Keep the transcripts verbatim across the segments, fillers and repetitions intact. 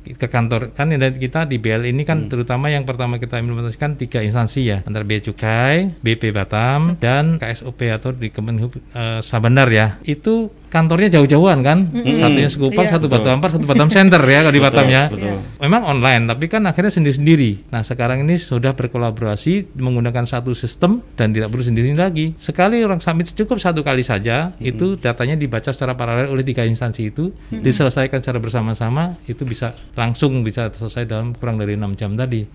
ke kantor. Kan kita di B L I ini kan hmm. terutama yang pertama kita implementasikan tiga instansi ya, antara Bea Cukai, B P Batam, dan K S O P atau di Kemenhub uh, Sabandar ya. Itu kantornya jauh-jauhan kan, mm-hmm. satunya Sekupang, yeah. satu Batu Ampar, satu Batam Center ya kalau di Batam ya. Betul. Memang online, tapi kan akhirnya sendiri-sendiri. Nah sekarang ini sudah berkolaborasi menggunakan satu sistem dan tidak perlu sendiri lagi. Sekali orang submit cukup satu kali saja, mm-hmm. itu datanya dibaca secara paralel oleh tiga instansi itu, mm-hmm. diselesaikan secara bersama-sama, itu bisa langsung bisa selesai dalam kurang dari enam jam tadi.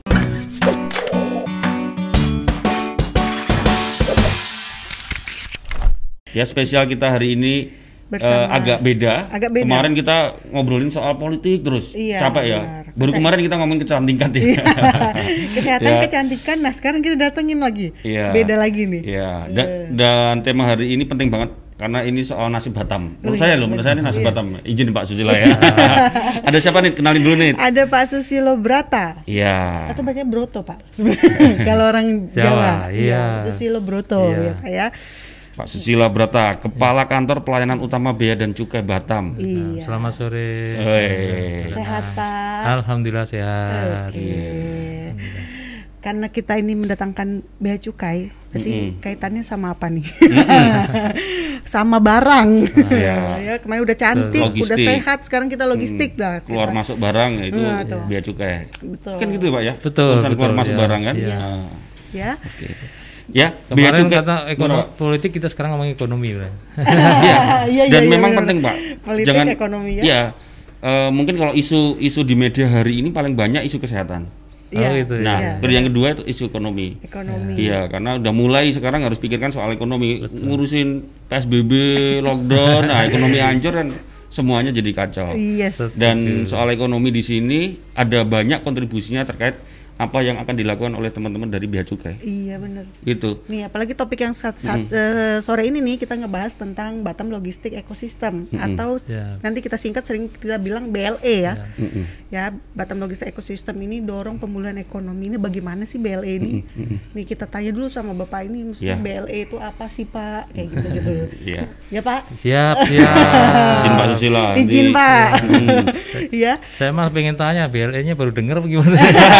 Ya spesial kita hari ini Uh, agak beda. agak beda. Kemarin kita ngobrolin soal politik terus, iya, capek ya. Benar. Baru kemarin kita ngomongin kecantikan ya. Kesehatan, ya. kecantikan. Nah sekarang kita datengin lagi, ya. beda lagi nih. Ya. Da yeah. Dan tema hari ini penting banget karena ini soal nasib Batam. Menurut oh, saya loh, menurut saya ini nasib iya. Batam. Izin Pak Susilo ya. Ada siapa nih? Kenalin dulu nih. Ada Pak Susilo Brata. Iya. Atau bacanya Broto Pak. Kalau orang Jawa. Jawa iya. Susilo Broto iya. ya Pak ya. Pak Susilo Brata, Kepala Kantor Pelayanan Utama Bea dan Cukai Batam. Iya. Selamat sore. Hey. Sehat Pak. Alhamdulillah sehat. Oke. Okay. Karena kita ini mendatangkan Bea Cukai, berarti mm-hmm. kaitannya sama apa nih? Mm-hmm. Sama barang. Ah, ya. ya, kemarin udah cantik, logistik. Udah sehat, sekarang kita logistik hmm. lah. Keluar kita. Masuk barang itu nah, Bea Cukai. Betul. Kan gitu Pak ya? Betul. betul keluar masuk ya. Barang kan? Yes. Nah. Ya. Oke. Okay. Ya, kemarin kata ekonomi politik, kita sekarang ngomongin ekonomi lah. ya. ya, dan ya, memang ya, penting Pak. Politik, jangan ekonomi ya. Ya, uh, mungkin kalau isu-isu di media hari ini paling banyak isu kesehatan. Oh, ya. gitu, nah, ya. yang kedua itu isu ekonomi. Ekonomi. Iya, karena udah mulai sekarang harus pikirkan soal ekonomi. Betul. Ngurusin P S B B, lockdown, nah ekonomi hancur kan semuanya jadi kacau. Yes. Dan soal ekonomi di sini ada banyak kontribusinya terkait apa yang akan dilakukan oleh teman-teman dari Bea Cukai. Iya benar. Gitu. Nih apalagi topik yang saat, saat mm. uh, sore ini nih kita ngebahas tentang Batam Logistik Ekosistem mm-hmm. atau yeah. nanti kita singkat sering kita bilang B L E ya. Yeah. Mm-hmm. Ya Batam Logistik Ekosistem ini dorong pemulihan ekonomi. Ini bagaimana sih B L E ini? Mm-hmm. Nih kita tanya dulu sama Bapak ini, maksudnya yeah. B L E itu apa sih Pak? Kayak gitu-gitu. Iya. Ya Pak. Siap, siap. Izin Pak Susilo. Izin Pak. Iya. Saya malah pengen tanya B L E-nya baru dengar apa gimana?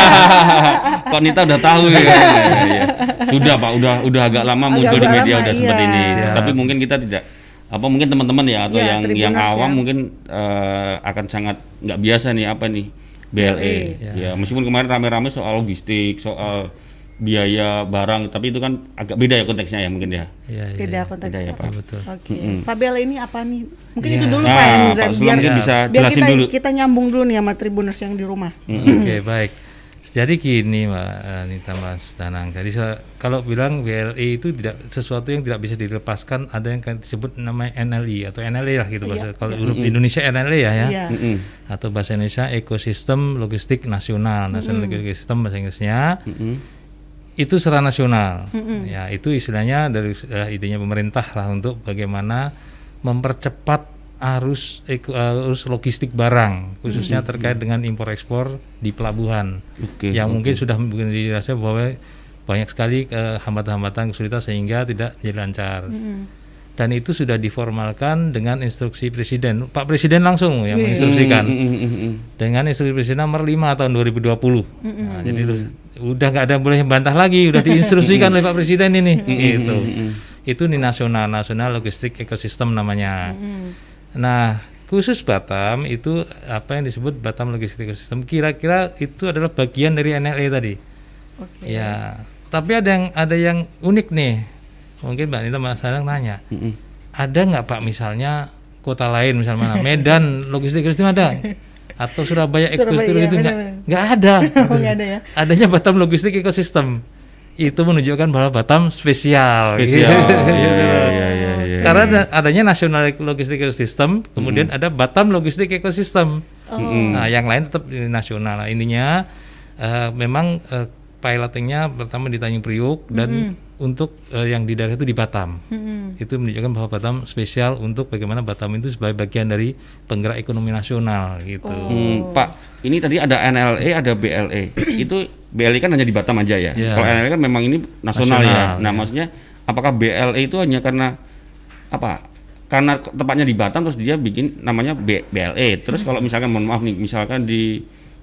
Kok Nita udah tahu ya, ya, ya. Sudah Pak, udah udah agak lama agak muncul di media lama, udah iya. seperti ini. Ya. Tapi mungkin kita tidak, apa mungkin teman-teman ya atau ya, yang yang awam ya. mungkin uh, akan sangat nggak biasa nih apa nih B L E. Ya. ya meskipun kemarin rame-rame soal logistik, soal biaya barang, tapi itu kan agak beda ya konteksnya ya mungkin ya. ya, ya beda konteksnya ya, Pak. Betul. Oke. Mm-hmm. Pak B L E ini apa nih? Mungkin ya. itu dulu nah, Pak yang Pak biar, mungkin bisa biar jelasin kita, dulu. Kita nyambung dulu nih sama Tribuners yang di rumah. Mm-hmm. Oke okay, baik. Jadi gini Mbak Anita, Mas Danang. Jadi kalau bilang B L E itu tidak sesuatu yang tidak bisa dilepaskan, ada yang disebut namanya N L I atau N L E lah gitu bahasa. Iya, kalau iya. mm-hmm. Indonesia N L E ya ya. Iya. Mm-hmm. Atau bahasa Indonesia Ekosistem Logistik Nasional, National mm-hmm. Ekosistem bahasa Inggrisnya. Mm-hmm. Itu secara nasional. Mm-hmm. Ya, itu istilahnya dari uh, idenya pemerintah lah untuk bagaimana mempercepat arus eko, arus logistik barang khususnya mm-hmm. terkait dengan impor ekspor di pelabuhan okay, yang okay. mungkin sudah dirasa bahwa banyak sekali uh, hambatan-hambatan kesulitan sehingga tidak menjadi lancar mm-hmm. dan itu sudah diformalkan dengan instruksi Presiden Pak Presiden langsung yang mm-hmm. menginstruksikan mm-hmm. dengan instruksi Presiden nomor lima tahun dua ribu dua puluh mm-hmm. nah, jadi mm-hmm. udah nggak ada boleh bantah lagi, udah diinstruksikan oleh Pak Presiden ini mm-hmm. gitu mm-hmm. itu di nasional nasional logistik ekosistem namanya mm-hmm. Nah, khusus Batam itu apa yang disebut Batam Logistik Ekosistem, kira-kira itu adalah bagian dari N L E tadi. Okay. Ya, tapi ada yang ada yang unik nih. Mungkin Mbak Nita Mas Danang nanya, mm-hmm. ada nggak Pak misalnya kota lain misalnya mana Medan Logistik Ekosistem ada? Atau Surabaya Ekosistem itu nggak? Nggak ada. Oh, nggak ada ya? Adanya Batam Logistik Ekosistem. Itu menunjukkan bahwa Batam spesial. Spesial. Gitu. Iya, iya, iya. Karena adanya National Logistik Ekosistem, kemudian mm-hmm. ada Batam Logistik Ekosistem. Oh. Nah, yang lain tetap nasional. Nah, intinya uh, memang uh, pilotingnya pertama di Tanjung Priuk dan mm-hmm. untuk uh, yang di daerah itu di Batam. Mm-hmm. Itu menunjukkan bahwa Batam spesial untuk bagaimana Batam itu sebagai bagian dari penggerak ekonomi nasional gitu. Oh. Hmm, Pak, ini tadi ada N L E, ada B L E. Itu B L E kan hanya di Batam aja ya. Yeah. Kalau N L E kan memang ini nasional, nasional ya. Nah, ya. Maksudnya apakah B L E itu hanya karena apa? Karena tempatnya di Batam terus dia bikin namanya B- BLE. Terus hmm. kalau misalkan mohon maaf nih, misalkan di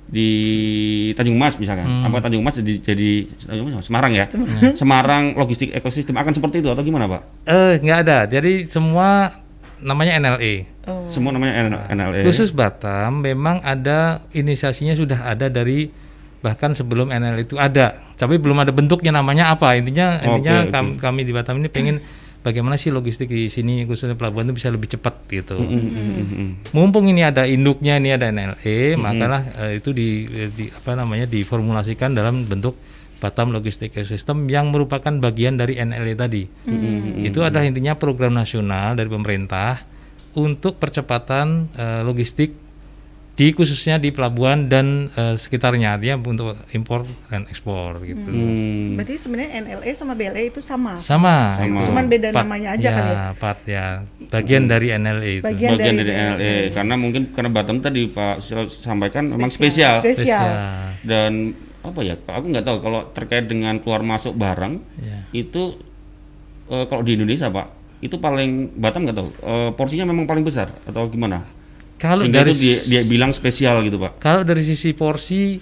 di Tanjung Mas misalkan, hmm. apa Tanjung Mas jadi jadi Semarang ya, hmm. Semarang logistik ekosistem akan seperti itu atau gimana Pak? Eh nggak ada, jadi semua namanya N L E. Oh. Semua namanya N L E. Khusus Batam memang ada inisiasinya sudah ada dari bahkan sebelum N L E itu ada, tapi belum ada bentuknya namanya apa. Intinya intinya okay, kami, okay. kami di Batam ini pengen bagaimana sih logistik di sini khususnya pelabuhan itu bisa lebih cepat gitu. Mm-hmm. Mumpung ini ada induknya, ini ada N L E, mm-hmm. makalah uh, itu di, di apa namanya diformulasikan dalam bentuk Batam Logistik Ekosistem yang merupakan bagian dari N L E tadi. Mm-hmm. Itu adalah intinya program nasional dari pemerintah untuk percepatan uh, logistik di khususnya di pelabuhan dan uh, sekitarnya, dia untuk impor dan ekspor gitu. Hmm. Berarti sebenarnya N L E sama B L E itu sama. Sama. sama. Cuman beda part, namanya aja ya, kali ya. Part ya. Bagian hmm. dari N L E itu. Bagian, Bagian dari, dari N L E hmm. karena mungkin karena Batam tadi Pak sampaikan spesial. memang spesial. spesial. Dan apa ya? Aku nggak tahu kalau terkait dengan keluar masuk barang ya. itu uh, kalau di Indonesia Pak itu paling Batam nggak tahu uh, porsinya memang paling besar atau gimana? Kalau sehingga dari itu dia, dia bilang spesial gitu Pak. Kalau dari sisi porsi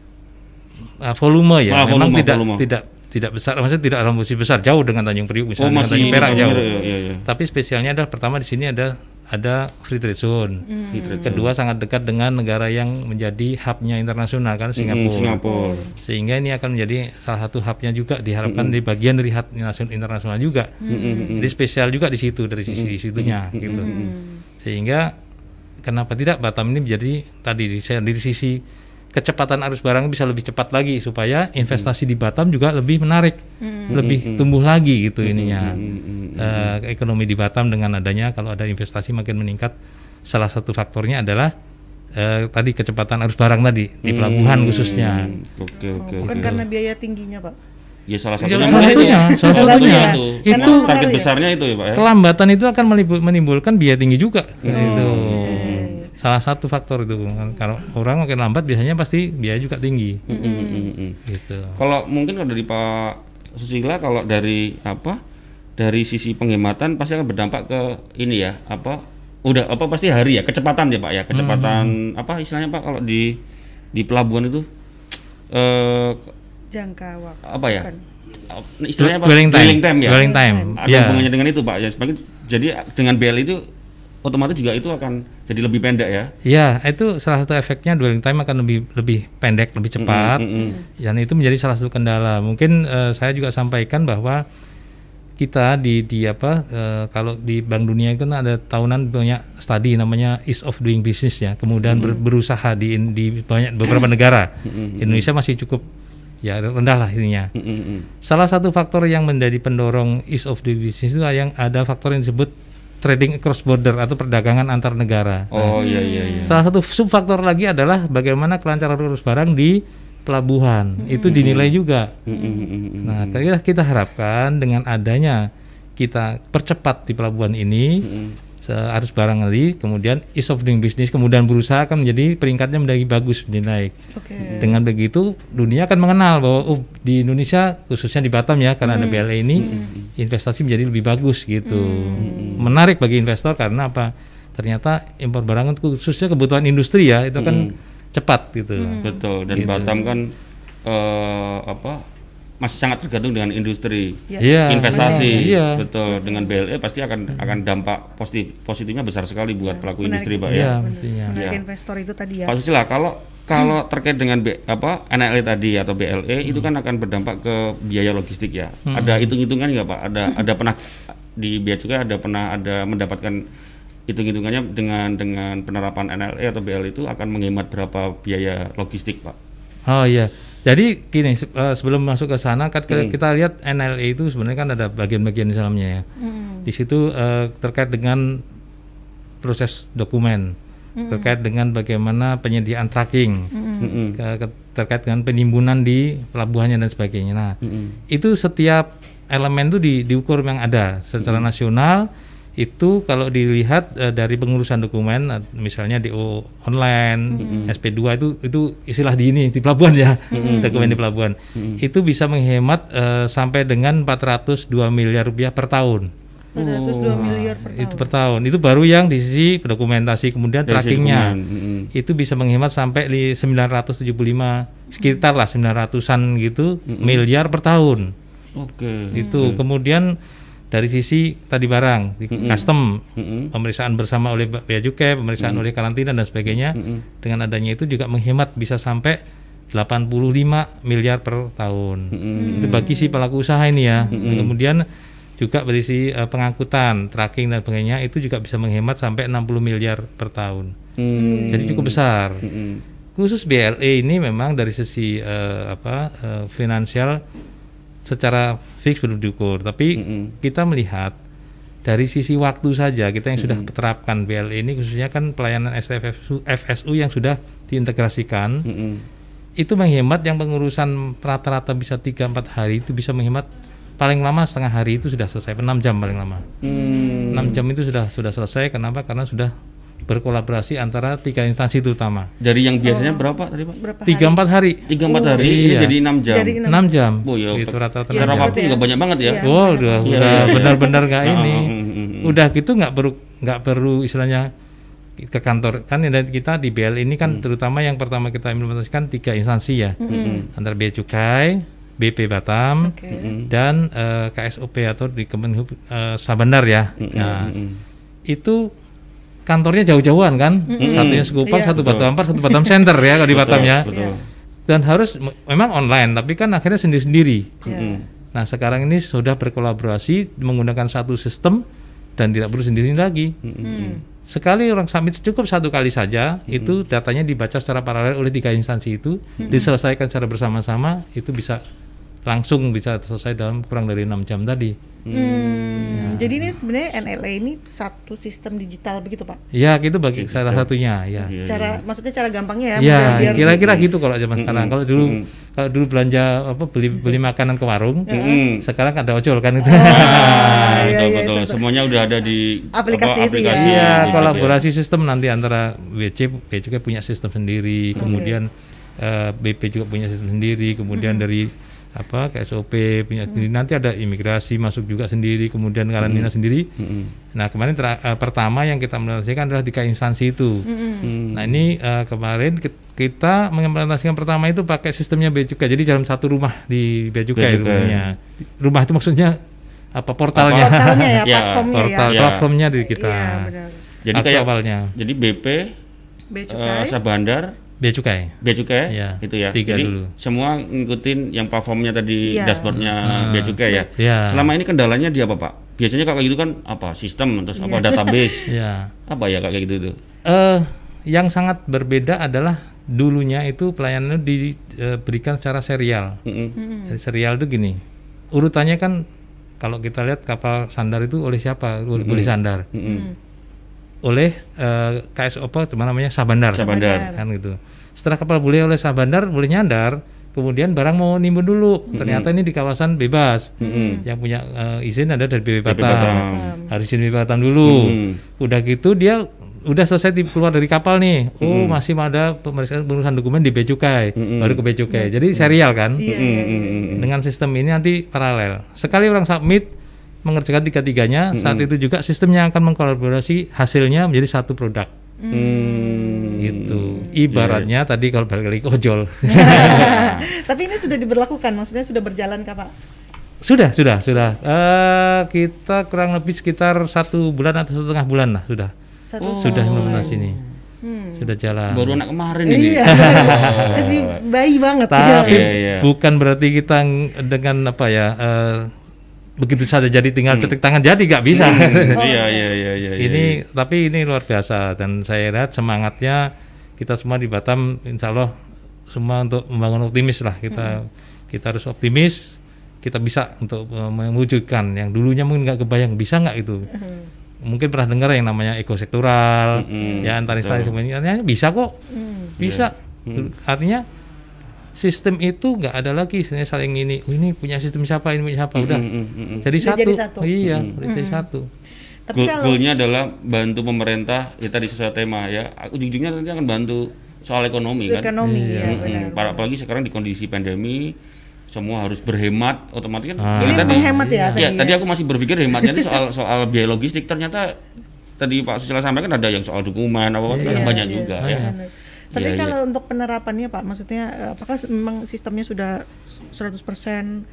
uh, volume ya, ah, memang volume, tidak volume. tidak tidak besar, maksudnya tidak dalam posisi besar, jauh dengan Tanjung Priuk misalnya, oh, dengan Tanjung Perak jauh. Iya, iya, iya. Tapi spesialnya adalah pertama di sini ada ada free trade zone. Hmm. Kedua sangat dekat dengan negara yang menjadi hubnya internasional kan Singapura. Hmm, Singapura. Sehingga ini akan menjadi salah satu hubnya juga diharapkan hmm. di bagian dari hub internasional juga. Hmm. Jadi spesial juga di situ dari sisi hmm. situnya hmm. gitu. Hmm. Sehingga kenapa tidak Batam ini menjadi tadi dari sisi kecepatan arus barang bisa lebih cepat lagi supaya investasi hmm. di Batam juga lebih menarik, hmm. lebih hmm. tumbuh lagi gitu hmm. ininya. Hmm. Uh, ekonomi di Batam dengan adanya kalau ada investasi makin meningkat. Salah satu faktornya adalah uh, tadi kecepatan arus barang tadi di pelabuhan hmm. khususnya. Oke oke. Bukan okay. karena biaya tingginya Pak. Ya salah satunya, ya, salah satunya, salah satunya itu, itu target besarnya itu ya Pak ya. Kelambatan itu akan menimbulkan biaya tinggi juga. Oh, itu okay. salah satu faktor itu. Kalau orang makin lambat biasanya pasti biaya juga tinggi. Mm-hmm. Gitu. Kalau mungkin kalau dari Pak Susila kalau dari apa? Dari sisi penghematan pasti akan berdampak ke ini ya apa? Udah apa pasti hari ya kecepatan ya Pak ya kecepatan mm-hmm. apa istilahnya Pak kalau di di pelabuhan itu. Eh, jangka waktu apa ya bukan. Istilahnya apa? Dwelling time, dwelling time ya. Dwelling time. Ada yeah. hubungannya dengan itu Pak ya. Sebagai, jadi dengan B L itu otomatis juga itu akan jadi lebih pendek ya. Iya, itu salah satu efeknya dwelling time akan lebih lebih pendek, lebih cepat. Mm-hmm, mm-hmm. Dan itu menjadi salah satu kendala. Mungkin uh, saya juga sampaikan bahwa kita di di apa uh, kalau di Bank Dunia itu kan ada tahunan banyak studi namanya ease of doing business ya. Kemudian mm-hmm. ber, berusaha di di banyak beberapa negara. Mm-hmm. Indonesia masih cukup ya rendah lah ininya. Mm-hmm. Salah satu faktor yang menjadi pendorong ease of doing business itu yang ada faktor yang disebut trading cross border atau perdagangan antar negara. Oh nah, iya iya iya. Salah satu subfaktor lagi adalah bagaimana kelancaran arus barang di pelabuhan. Mm-hmm. Itu dinilai juga. Mm-hmm. Nah, kira kita harapkan dengan adanya kita percepat di pelabuhan ini mm-hmm. arus barang tadi, kemudian ease of doing business, kemudian berusaha akan menjadi peringkatnya menjadi bagus, menjadi naik. Okay. Dengan begitu dunia akan mengenal bahwa oh, di Indonesia khususnya di Batam ya karena mm. ada B L E ini mm. investasi menjadi lebih bagus gitu, mm. menarik bagi investor karena apa? Ternyata impor barang khususnya kebutuhan industri ya itu kan mm. cepat gitu. Mm. Betul dan gitu. Batam kan uh, apa? Masih sangat tergantung dengan industri yeah. investasi, yeah. betul. Yeah. Dengan B L E pasti akan akan dampak positif positifnya besar sekali buat yeah. pelaku menarik, industri, Pak yeah, ya. Mestinya. Menarik ya. Investor itu tadi ya. Pak Susila, kalau kalau hmm. terkait dengan B, apa N L E tadi atau B L E hmm. itu kan akan berdampak ke biaya logistik ya. Hmm. Ada hitung-hitungan nggak Pak? Ada ada pernah di Bea Cukai ada pernah ada mendapatkan hitung-hitungannya dengan dengan penerapan N L E atau B L E itu akan menghemat berapa biaya logistik, Pak? Oh iya. Jadi gini, sebelum masuk ke sana kan hmm. kita lihat N L E itu sebenarnya kan ada bagian-bagian di dalamnya ya. Hmm. Di situ uh, terkait dengan proses dokumen, hmm. terkait dengan bagaimana penyediaan tracking, hmm. ke, ke, terkait dengan penimbunan di pelabuhannya dan sebagainya. Nah, hmm. itu setiap elemen itu di, diukur yang ada secara hmm. nasional. Itu kalau dilihat uh, dari pengurusan dokumen uh, misalnya D O online, mm-hmm. S P dua itu itu istilah di ini di pelabuhan ya, mm-hmm. dokumen di pelabuhan. Mm-hmm. Itu bisa menghemat uh, sampai dengan empat ratus dua miliar rupiah per tahun. empat ratus dua miliar per tahun. Itu per tahun. Itu baru yang di sisi dokumentasi, kemudian Dari trackingnya dokumen. itu bisa menghemat sampai li- sembilan ratus tujuh puluh lima sekitar lah sembilan ratusan gitu mm-hmm. miliar per tahun. Oke. Itu okay. kemudian dari sisi tadi barang, mm-hmm. custom, mm-hmm. pemeriksaan bersama oleh bea cukai, pemeriksaan mm-hmm. oleh karantina dan sebagainya, mm-hmm. dengan adanya itu juga menghemat bisa sampai delapan puluh lima miliar per tahun. Mm-hmm. Itu bagi si pelaku usaha ini ya. Mm-hmm. Kemudian juga berisi uh, pengangkutan, tracking dan sebagainya itu juga bisa menghemat sampai enam puluh miliar per tahun. Mm-hmm. Jadi cukup besar. Mm-hmm. Khusus B L E ini memang dari sisi uh, apa uh, finansial secara fix belum diukur, tapi mm-hmm. kita melihat dari sisi waktu saja kita yang sudah mm-hmm. terapkan B L E ini, khususnya kan pelayanan S T F S U yang sudah diintegrasikan, mm-hmm. itu menghemat yang pengurusan rata-rata bisa tiga sampai empat hari itu bisa menghemat paling lama setengah hari itu sudah selesai, enam jam paling lama. Mm. enam jam itu sudah sudah selesai. Kenapa? Karena sudah berkolaborasi antara tiga instansi terutama. Dari yang biasanya oh. berapa tadi Pak? tiga sampai empat hari. tiga sampai empat hari oh, ini iya. jadi enam jam. Jadi enam jam. Oh ya, itu rata-rata. Secara waktu juga banyak banget ya. Wow, oh, udah ya, udah ya, benar-benar enggak ya. ini. Oh, mm, mm, mm. Udah gitu enggak perlu enggak perlu istilahnya ke kantor. Kan kita di B L ini kan mm. terutama yang pertama kita implementasikan tiga instansi ya. Mm. Antara Bea Cukai, B P Batam, okay. dan uh, K S O P atau di Kemenhub uh, Sabandar ya. Mm. Nah, mm. itu kantornya jauh-jauhan kan, mm-hmm. satunya Sekupang, yeah. satu Batu Ampar, satu Batam Center ya kalau di Batam ya. Betul. Dan harus memang online, tapi kan akhirnya sendiri-sendiri. Yeah. Nah sekarang ini sudah berkolaborasi menggunakan satu sistem dan tidak perlu sendiri lagi. Mm-hmm. Sekali orang submit cukup satu kali saja, mm-hmm. itu datanya dibaca secara paralel oleh tiga instansi itu, mm-hmm. diselesaikan secara bersama-sama, itu bisa langsung bisa selesai dalam kurang dari enam jam tadi. Hmm, ya. Jadi ini sebenarnya N L E ini satu sistem digital begitu Pak? Ya, gitu bagi digital. Salah satunya ya. Cara, maksudnya cara gampangnya ya? Ya, biar kira-kira gitu kalau zaman mm-hmm. sekarang. Kalau dulu mm-hmm. kalau dulu belanja apa beli beli makanan ke warung, mm-hmm. sekarang ada ojol kan itu. Ah, betul ya, betul. Ya, semuanya udah ada di aplikasi, apa, itu aplikasi ya. Ya, kolaborasi ya. Sistem nanti antara B C, B C juga punya sistem sendiri, okay. kemudian uh, B P juga punya sistem sendiri, kemudian mm-hmm. dari apa K S O P punya hmm. sendiri, nanti ada imigrasi masuk juga sendiri, kemudian karantina hmm. sendiri. Hmm. Nah kemarin ter- uh, pertama yang kita implementasikan adalah tiga instansi itu. Hmm. Nah ini uh, kemarin kita mengimplementasikan pertama itu pakai sistemnya Bea Cukai, jadi dalam satu rumah di Bea Cukai rumahnya. Rumah itu maksudnya apa portalnya? Apa? Portalnya ya, ya, platformnya portal, ya. Platformnya di kita. Ya, benar. Jadi kayak awalnya. Jadi B P, Bea Cukai, uh, Sabandar, Bea Cukai, Bea Cukai, ya, itu ya. Tiga Jadi dulu. semua ngikutin yang platformnya tadi, ya. dashboardnya uh, Bea Cukai ya. ya. Selama ini kendalanya di apa Pak? Biasanya kayak gitu kan apa? Sistem terus ya. apa database? ya. Apa ya kayak gitu tuh? Uh, yang sangat berbeda adalah dulunya itu pelayanan diberikan secara serial. Mm-hmm. Jadi serial itu gini, urutannya kan kalau kita lihat kapal sandar itu oleh siapa? Mm-hmm. Boleh sandar. Mm-hmm. Oleh uh, K S O P, apa namanya Sabandar, Sabandar kan gitu. Setelah kapal boleh oleh Sabandar, boleh nyandar, kemudian barang mau nimbun dulu. Mm-hmm. Ternyata ini di kawasan bebas, mm-hmm. yang punya uh, izin ada dari B P Batam, Batam. Harus izin B P Batam dulu. Mm-hmm. Udah gitu dia udah selesai di, keluar dari kapal nih. Oh mm-hmm. masih ada pemeriksaan pengurusan dokumen di Bea Cukai, mm-hmm. baru ke Bea Cukai. Mm-hmm. Jadi serial kan. Mm-hmm. Dengan sistem ini nanti paralel. Sekali orang submit mengerjakan tiga-tiganya, mm-hmm. saat itu juga sistemnya akan mengkolaborasi hasilnya menjadi satu produk. Mm. Gitu. Ibaratnya yeah. tadi kalau balik lagi ke ojol. Tapi ini sudah diberlakukan, maksudnya sudah berjalan kah Pak? Sudah, sudah, sudah. Uh, kita kurang lebih sekitar satu bulan atau setengah bulan lah sudah. Satu oh. Sudah implementasi ini. Hmm. Sudah jalan. Baru anak kemarin ini. Iya. Masih bayi banget. Tapi iya, iya. bukan berarti kita dengan apa ya? Uh, begitu saja jadi tinggal cetek hmm. tangan jadi nggak bisa. Hmm. oh, iya, iya, iya, iya, ini iya. Tapi ini luar biasa dan saya lihat semangatnya kita semua di Batam, insya Allah semua untuk membangun optimis lah kita. Hmm. Kita harus optimis, kita bisa untuk uh, mewujudkan yang dulunya mungkin nggak kebayang bisa nggak itu. Hmm. Mungkin pernah dengar yang namanya ekosektoral, hmm. ya antar instansi semuanya bisa kok, hmm. bisa. Hmm. Artinya sistem itu nggak ada lagi sebenarnya saling ini, oh, ini punya sistem siapa, ini punya siapa, udah mm, mm, mm, jadi, satu. jadi satu, iya, mm, udah mm. jadi satu. Tapi Goal, kalau goalnya adalah bantu pemerintah kita di sesuai tema ya, ujung-ujungnya nanti akan bantu soal ekonomi, ekonomi kan, ya, mm, mm, apalagi sekarang di kondisi pandemi, semua harus berhemat, otomatis kan. Ah. Jadi tadi, menghemat ya. Ya, tadi aku masih berpikir hematnya ini soal soal biaya logistik, ternyata tadi Pak Susilo sampaikan ada yang soal dokumen apa apa iya, banyak iya, juga iya, ya. iya. Tapi iya, kalau iya. untuk penerapannya Pak, maksudnya apakah memang sistemnya sudah seratus persen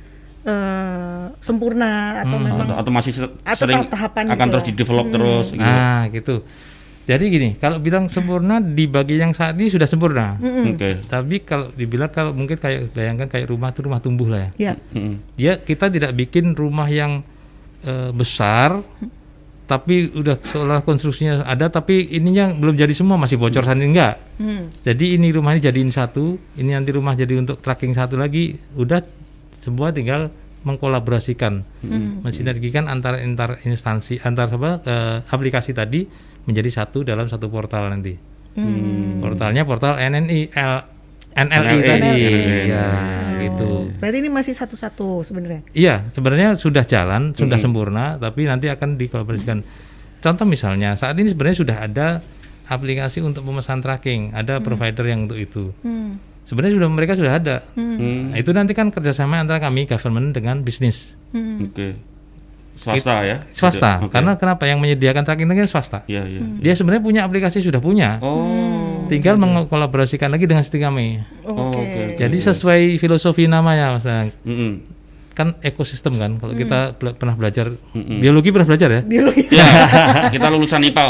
uh, sempurna atau hmm. memang atau, atau masih se- atau sering tahapan akan gitu terus di develop hmm. terus gitu. Ah, gitu. Jadi gini, kalau bilang sempurna di bagi yang saat ini sudah sempurna. Mm-hmm. Oke. Okay. Tapi kalau dibilang kalau mungkin kayak bayangkan kayak rumah itu rumah tumbuh lah ya. Yeah. Mm-hmm. Dia kita tidak bikin rumah yang uh, besar tapi udah seolah konstruksinya ada tapi ininya belum jadi semua, masih bocor sana enggak. Hmm. Jadi ini rumah ini jadiin satu, ini nanti rumah jadi untuk tracking satu lagi, udah semua tinggal mengkolaborasikan, hmm. mensinergikan antar antar instansi, antar apa uh, aplikasi tadi menjadi satu dalam satu portal nanti. Hmm. Portalnya portal N N I L N L I tadi, ya oh. gitu. Berarti ini masih satu-satu sebenarnya? Iya, sebenarnya sudah jalan, sudah mm-hmm. sempurna, tapi nanti akan dikolaborasikan. Contoh misalnya, saat ini sebenarnya sudah ada aplikasi untuk pemesan tracking, ada mm. provider yang untuk itu. Mm. Sebenarnya sudah mereka sudah ada. Mm. Nah, itu nanti kan kerjasama antara kami government dengan bisnis. Mm. Oke. Okay. Swasta ya? Swasta, okay. Karena kenapa yang menyediakan tracking itu kan swasta. Iya, iya. Mm. Dia sebenarnya punya aplikasi sudah punya. Oh. Tinggal okay. mengkolaborasikan lagi dengan sistem kami. Oh, Oke. Okay. Jadi sesuai filosofi namanya, Mas. Mm-hmm. Kan ekosistem kan. Kalau mm. kita bela- pernah belajar mm-hmm. biologi, pernah belajar ya? Biologi. Ya, kita lulusan I P A.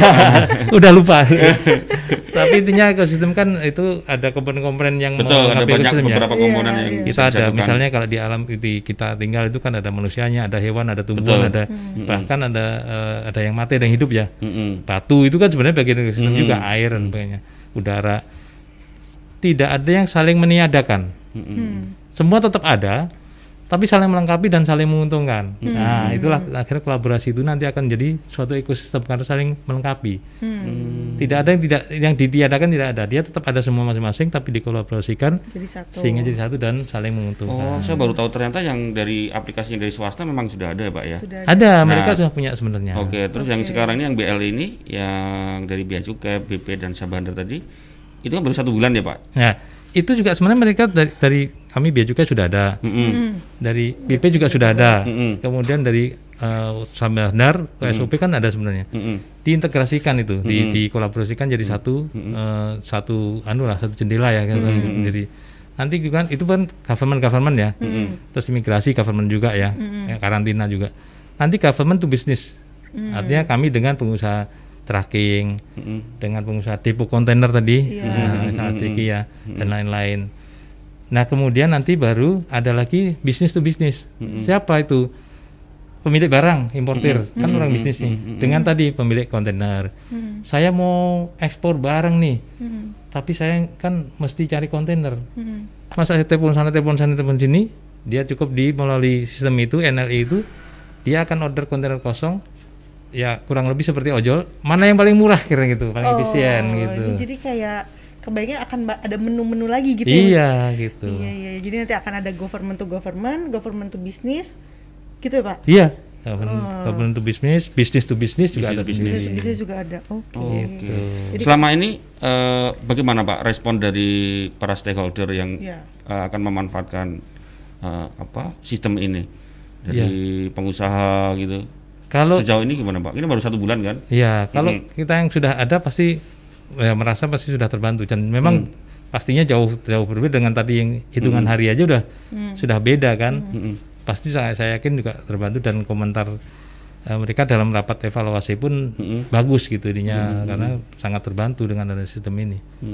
Udah lupa. Tapi intinya ekosistem kan itu ada komponen-komponen yang betul, ada banyak beberapa ya. komponen yeah, yang yeah. Kita ada misalnya kalau di alam itu kita tinggal itu kan ada manusianya, ada hewan, ada tumbuhan, betul. ada mm-hmm. bahkan ada uh, ada yang mati, ada yang hidup ya. Mm-hmm. Batu itu kan sebenarnya bagian ekosistem mm-hmm. juga, air dan sebagainya, udara. Tidak ada yang saling meniadakan. Mm-hmm. Semua tetap ada, tapi saling melengkapi dan saling menguntungkan. Hmm. Nah, itulah akhirnya kolaborasi itu nanti akan jadi suatu ekosistem karena saling melengkapi. Hmm. Tidak ada yang tidak yang ditiadakan, tidak ada. Dia tetap ada semua masing-masing tapi dikolaborasikan jadi satu. Sehingga jadi satu dan saling menguntungkan. Oh, saya baru tahu ternyata yang dari aplikasi yang dari swasta memang sudah ada ya, Pak ya. Sudah ada, ada nah, mereka sudah punya sebenarnya. Oke, okay, terus okay. yang sekarang ini yang B L ini yang dari Bea Cukai, B P dan Sabandar tadi itu kan baru satu bulan ya, Pak. Nah, itu juga sebenarnya mereka dari, dari kami Bea Cukai sudah ada, mm-hmm. dari B P juga sudah ada, mm-hmm. kemudian dari uh, Sabandar ke S O P kan ada sebenarnya, mm-hmm. diintegrasikan itu, mm-hmm. di, dikolaborasikan jadi mm-hmm. satu uh, satu anu lah satu jendela ya, mm-hmm. jadi nanti juga itu kan government government ya, mm-hmm. terus imigrasi government juga ya, mm-hmm. ya, karantina juga, nanti government to business, mm-hmm. artinya kami dengan pengusaha tracking, mm-hmm. dengan pengusaha depo kontainer tadi, yeah. nah, misalnya mm-hmm. Diki ya, mm-hmm. dan lain-lain. Nah kemudian nanti baru ada lagi bisnis to bisnis. Mm-hmm. Siapa itu? Pemilik barang, importir, mm-hmm. kan mm-hmm. orang bisnis nih. Mm-hmm. Dengan tadi pemilik kontainer. Mm-hmm. Saya mau ekspor barang nih, mm-hmm. tapi saya kan mesti cari kontainer. Mm-hmm. Masa saya telepon sana, telepon sana, telepon sini, dia cukup di melalui sistem itu, N L I itu, dia akan order kontainer kosong. Ya kurang lebih seperti ojol, mana yang paling murah kira gitu, paling oh, efisien gitu. Jadi kayak kebayangnya akan ada menu-menu lagi gitu. Iya gitu. Iya iya. Jadi nanti akan ada government to government, government to business, gitu ya Pak? Iya. Government, oh. government to business, business to business juga business ada. Business to business juga ada. Oke. Okay. Oh, gitu. Jadi selama ini uh, bagaimana Pak respon dari para stakeholder yang yeah. uh, akan memanfaatkan uh, apa sistem ini dari yeah. pengusaha gitu? Kalau sejauh ini gimana Pak? Ini baru satu bulan kan? Iya, kalau mm-hmm. kita yang sudah ada pasti ya, merasa pasti sudah terbantu dan memang mm. pastinya jauh jauh berbeda dengan tadi yang hitungan mm. hari aja udah mm. sudah beda kan? Mm. Pasti saya, saya yakin juga terbantu dan komentar uh, mereka dalam rapat evaluasi pun mm. bagus gitu ininya mm. karena sangat terbantu dengan ada sistem ini.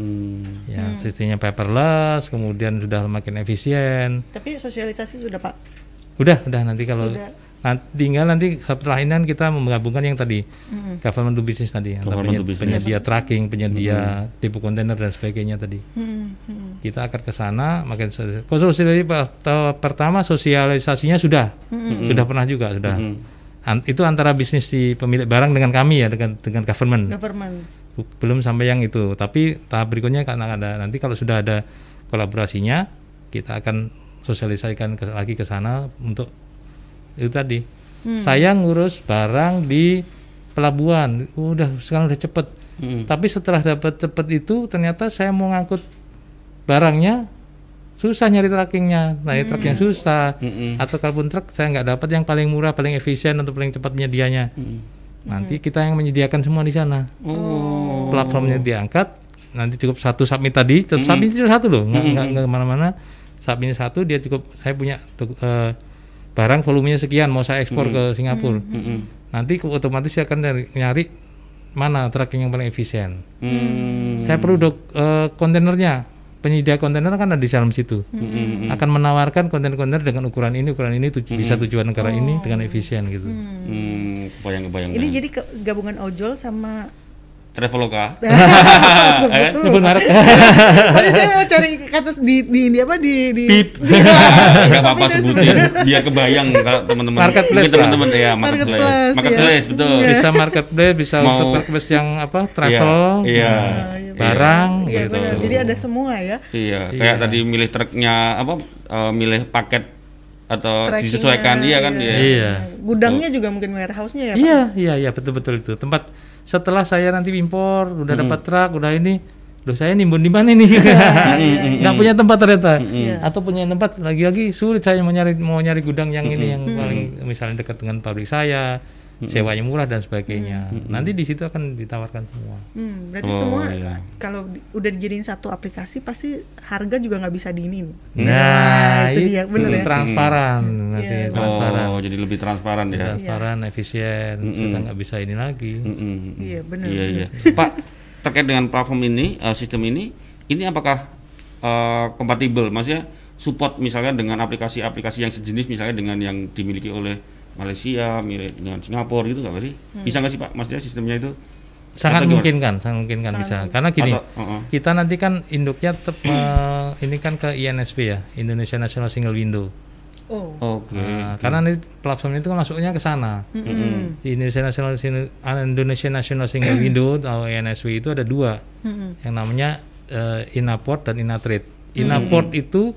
Mm. Ya, mm. sistemnya paperless, kemudian sudah makin efisien. Tapi sosialisasi sudah Pak? Udah, udah nanti kalau sudah. Nah, tinggal nanti setelah ini kita menggabungkan yang tadi mm-hmm. government to business tadi, penyedia, penyedia tracking, penyedia mm-hmm. depo kontainer dan sebagainya tadi. Mm-hmm. Kita akan ke sana, makin sosialisasi pertama sosialisasinya sudah, mm-hmm. sudah pernah juga sudah. Mm-hmm. An- itu antara bisnis si pemilik barang dengan kami ya, dengan dengan government. Government. Belum sampai yang itu, tapi tahap berikutnya karena ada nanti kalau sudah ada kolaborasinya, kita akan sosialisasikan ke, lagi ke sana untuk itu tadi hmm. saya ngurus barang di pelabuhan udah sekarang udah cepet hmm. tapi setelah dapat cepet itu ternyata saya mau ngangkut barangnya susah nyari trackingnya, nah hmm. truknya susah, hmm. atau kalaupun truk saya nggak dapat yang paling murah, paling efisien atau paling cepat penyedianya. Hmm. Nanti kita yang menyediakan semua di sana. Oh. Platformnya diangkat, nanti cukup satu submit tadi, hmm. submit itu satu loh, nggak nggak hmm. kemana-mana. Submit satu dia cukup, saya punya uh, barang volumenya sekian, mau saya ekspor hmm. ke Singapura. Hmm. Nanti otomatis saya akan nyari, nyari mana tracking yang paling efisien. Hmm. Saya perlu dok uh, kontainernya. Penyedia kontainer kan ada di dalam situ, mm-hmm. akan menawarkan kontainer-kontainer dengan ukuran ini, ukuran ini tuj- mm-hmm. bisa tujuan negara oh. ini dengan efisien gitu. Hmm, kebayang-kebayang. Ini jadi ke- gabungan ojol sama Traveloka. Sebut merek. Tadi saya mau cari kata di di, di apa di di Pip. Enggak apa-apa sebutin biar kebayang kalau teman-teman. Marketplace teman-teman ya, marketplace. Marketplace, marketplace ya. betul. Bisa marketplace, bisa mau, untuk marketplace yang apa? Travel. Iya. Iya. Barang iya, gitu. Benar. Jadi ada semua ya. Iya, kayak iya. tadi milih truknya apa uh, milih paket atau Tracking disesuaikan iya kan iya. dia. Iya. Gudangnya juga mungkin warehouse-nya ya, Pak. Iya, iya, iya, betul-betul itu. Tempat setelah saya nanti impor, udah mm-hmm. dapat truk, udah ini, loh saya nimbun di mana nih? Nggak punya tempat ternyata. Mm-hmm. Atau punya tempat lagi-lagi sulit saya mau nyari mau nyari gudang yang mm-hmm. ini yang mm-hmm. paling misalnya dekat dengan pabrik saya. Mm-hmm. Sewanya murah dan sebagainya. Mm-hmm. Nanti di situ akan ditawarkan semua. Hmm, berarti oh, semua iya. kalau di, udah dijadiin satu aplikasi pasti harga juga nggak bisa diinin. Nah, nah itu, itu dia, bener ya. Transparan, hmm. nanti yeah. transparan. Oh, jadi lebih transparan ya. Transparan, yeah. efisien, mm-hmm. sudah nggak bisa ini lagi. Mm-hmm. Iya benar. Iya iya. Pak, terkait dengan platform ini, uh, sistem ini, ini apakah uh, kompatibel? Maksudnya support misalnya dengan aplikasi-aplikasi yang sejenis misalnya dengan yang dimiliki oleh Malaysia, milik dengan Singapura gitu nggak sih? Hmm. Bisa nggak sih Pak? Maksudnya sistemnya itu sangat mungkin kan, sangat mungkin kan bisa. Karena gini, Atau, uh-uh. kita nanti kan induknya tetap uh, ini kan ke I N S P ya, Indonesia National Single Window. Oh. Oke. Okay. Nah, okay. Karena ini platform itu kan masuknya ke sana. Mm-hmm. Di Indonesia National Indonesia National Single Window atau I N S W itu ada dua, mm-hmm. yang namanya uh, Inaport dan Inatrade. Inaport mm-hmm. itu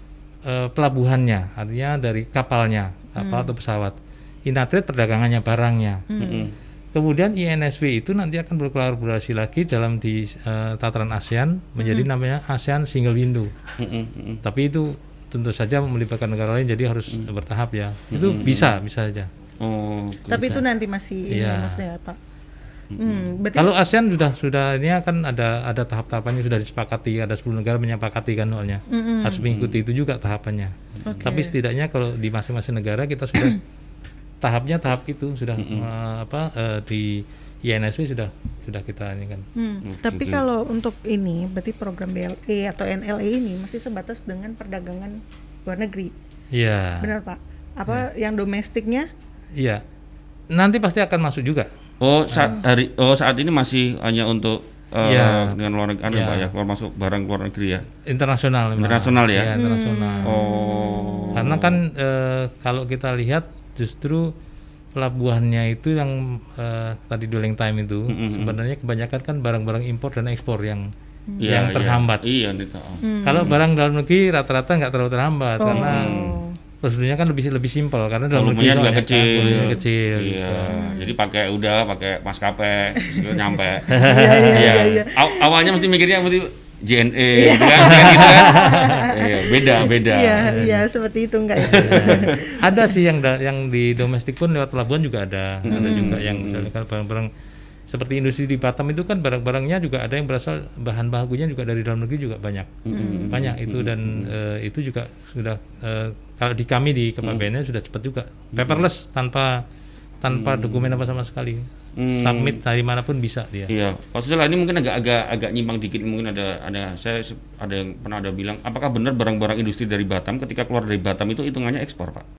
uh, pelabuhannya, artinya dari kapalnya, kapal mm-hmm. atau pesawat. Inatrade perdagangannya barangnya. Mm-hmm. Kemudian I N S W itu nanti akan berkolaborasi lagi dalam di uh, tataran ASEAN menjadi mm-hmm. namanya ASEAN Single Window. Mm-hmm. Tapi itu tentu saja melibatkan negara lain jadi harus mm-hmm. bertahap ya. Itu mm-hmm. bisa bisa saja. Oh, tapi bisa. Itu nanti masih ini ya. maksudnya Pak. Mm-hmm. Hmm, berarti kalau ASEAN sudah sudah ini akan ada ada tahap-tahapannya sudah disepakati, ada sepuluh negara menyepakati kan soalnya. Mm-hmm. Harus mengikuti itu juga tahapannya. Okay. Tapi setidaknya kalau di masing-masing negara kita sudah tahapnya tahap itu sudah mm-hmm. uh, apa uh, di I N S W sudah sudah kita ini kan. Hmm. Tapi kalau untuk ini berarti program B L E atau N L E ini masih sebatas dengan perdagangan luar negeri. Iya. Benar Pak. Apa ya. Yang domestiknya? Iya. Nanti pasti akan masuk juga. Oh saat hari oh saat ini masih hanya untuk uh, ya. dengan luar negeri ya. Pak ya, keluar masuk barang luar negeri ya. Internasional. Internasional ya. Ya internasional. Hmm. Oh. Karena kan uh, kalau kita lihat justru pelabuhannya itu yang uh, tadi dwelling time itu mm-hmm. sebenarnya kebanyakan kan barang-barang impor dan ekspor yang mm-hmm. yang terhambat. Iya, iya mm-hmm. Kalau barang dalam negeri rata-rata nggak terlalu terhambat oh. karena prosedurnya kan lebih lebih simpel karena dalam negeri juga kecil. Kan, kecil. Iya. Gitu. Jadi pakai udah pakai maskapai nyampe. Iya, iya, iya. Aw- awalnya mesti mikirnya mesti J N E gitu kan, gitu kan. Iya, beda, beda. Iya, iya seperti itu enggak ya. Ada sih yang da- yang di domestik pun lewat pelabuhan juga ada. Hmm. Ada juga yang misalnya kan barang-barang seperti industri di Batam itu kan barang-barangnya juga ada yang berasal bahan bakunya juga dari dalam negeri juga banyak. Hmm. Banyak itu dan uh, itu juga sudah uh, kalau di kami di K P B N sudah cepat juga. Paperless tanpa tanpa hmm. dokumen apa sama sekali. Hmm. Submit dari manapun bisa dia. Iya, Pak Susilo ini mungkin agak-agak agak nyimpang dikit, mungkin ada ada saya ada yang pernah ada bilang, apakah benar barang-barang industri dari Batam ketika keluar dari Batam itu hitungannya ekspor, Pak?